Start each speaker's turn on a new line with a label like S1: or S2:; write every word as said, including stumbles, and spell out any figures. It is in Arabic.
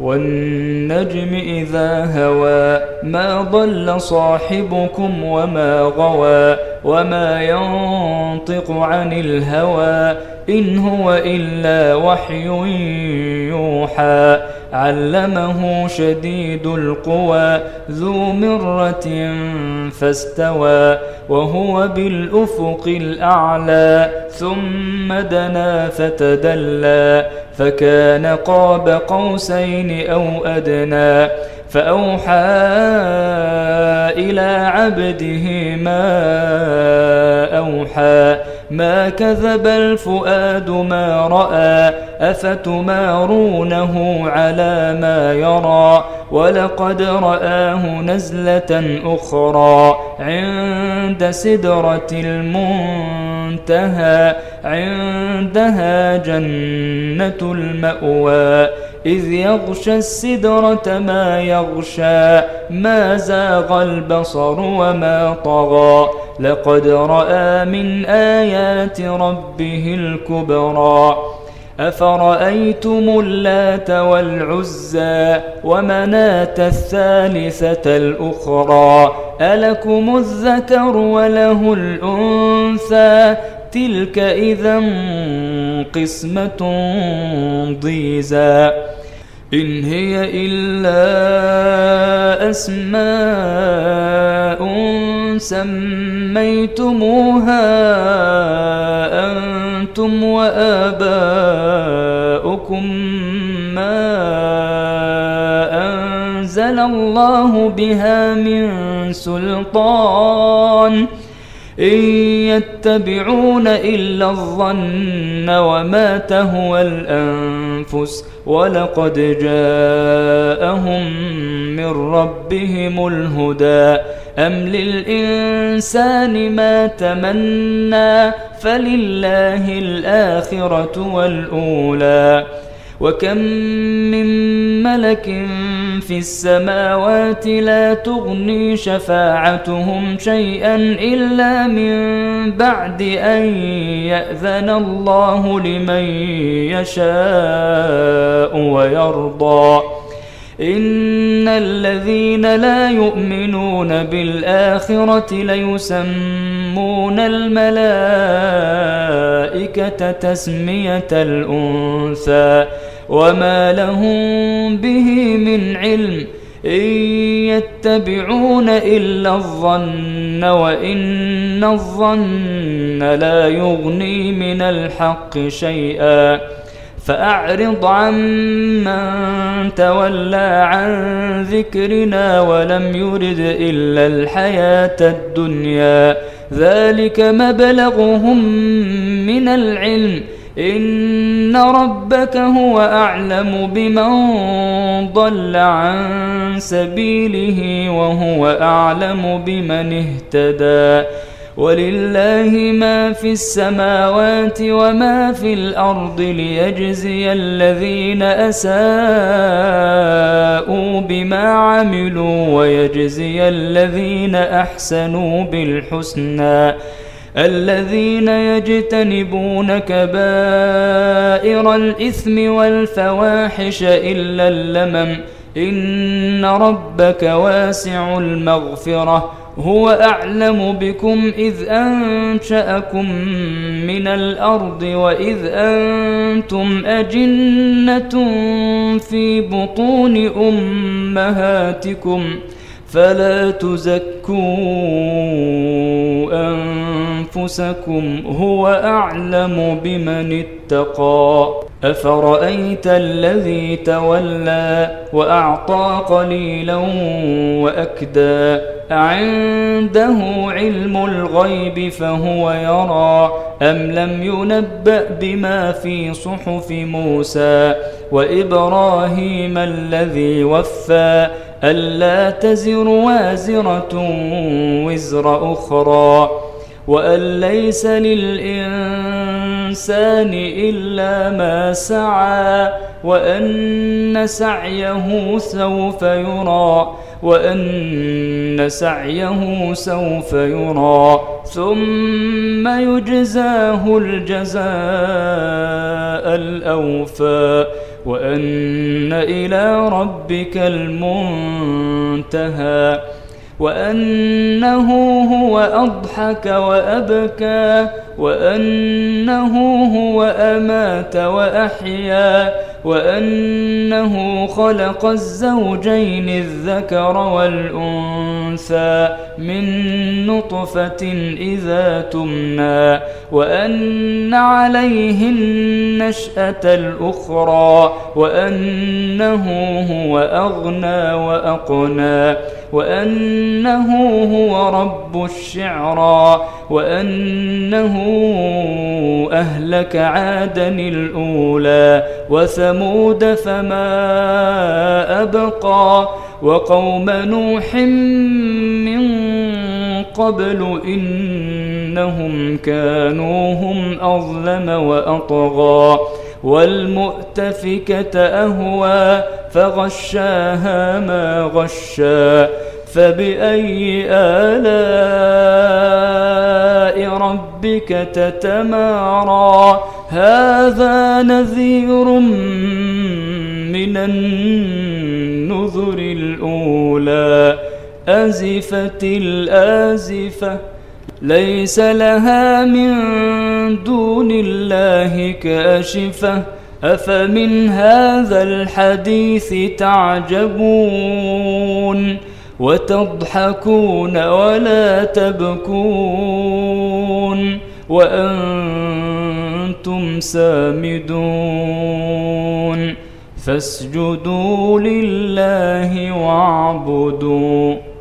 S1: والنجم إذا هوى ما ضل صاحبكم وما غوى وما ينطق عن الهوى إن هو إلا وحي يوحى علمه شديد القوى ذو مرة فاستوى وهو بالأفق الأعلى ثم دنا فتدلى فكان قاب قوسين أو أدنى فأوحى إلى عبده ما أوحى ما كذب الفؤاد ما رأى أفتمارونه على ما يرى ولقد رآه نزلة أخرى عند سدرة المنتهى عندها جنة المأوى إذ يغشى السدرة ما يغشى ما زاغ البصر وما طغى لقد رأى من آيات ربه الكبرى أفرأيتم اللات والعزى ومناة الثالثة الأخرى ألكم الذكر وله الأنثى تلك إذا قسمة ضيزى إن هي إلا أسماء سميتموها أنتم وآباؤكم ما أنزل الله بها من سلطان إن يتبعون إلا الظن وما تهوى الأنفس ولقد جاءهم من ربهم الهدى أم للإنسان ما تمنى فلله الآخرة والأولى وكم من ملك في السماوات لا تغني شفاعتهم شيئا إلا من بعد أن يأذن الله لمن يشاء ويرضى إن الذين لا يؤمنون بالآخرة ليسمون الملائكة تسمية الأنثى وما لهم به من علم إن يتبعون إلا الظن وإن الظن لا يغني من الحق شيئا فأعرض عمن تولى عن ذكرنا ولم يرد إلا الحياة الدنيا ذلك مبلغهم من العلم إن ربك هو أعلم بمن ضل عن سبيله وهو أعلم بمن اهتدى ولله ما في السماوات وما في الأرض ليجزي الذين أساءوا بما عملوا ويجزي الذين أحسنوا بالحسنى الذين يجتنبون كبائر الإثم والفواحش إلا اللمم إن ربك واسع المغفرة هو أعلم بكم إذ أنشأكم من الأرض وإذ أنتم أجنة في بطون أمهاتكم فلا تزكوا أنفسكم هو أعلم بمن اتقى أفرأيت الذي تولى وأعطى قليلا وأكدى أعنده علم الغيب فهو يرى أم لم ينبأ بما في صحف موسى وإبراهيم الذي وفى ألا تزر وازرة وزر أخرى وأن ليس للإنسان إلا ما سعى وأن سعيه سوف يرى وأن سعيه سوف يرى ثم يجزاه الجزاء الأوفى وأن إلى ربك المنتهى وأنه هو أضحك وأبكى وأنه هو أمات وأحيا وأنه خلق الزوجين الذكر والأنثى من نطفة إذا تمنى وأن عليه النشأة الأخرى وأنه هو أغنى وأقنى وأنه هو رب الشعرى وأنه أهلك عادا الأولى وثمود فما أبقى وقوم نوح من قبل إنهم كانوا هم أظلم وأطغى والمؤتفكة أهوى فغشاها ما غشى فبأي آلاء ربك تتمارى هذا نذير من النذر الأولى أزفت الآزفة ليس لها من دون الله كاشفة أفمن هذا الحديث تعجبون وتضحكون ولا تبكون وأنتم سامدون فاسجدوا لله واعبدوا.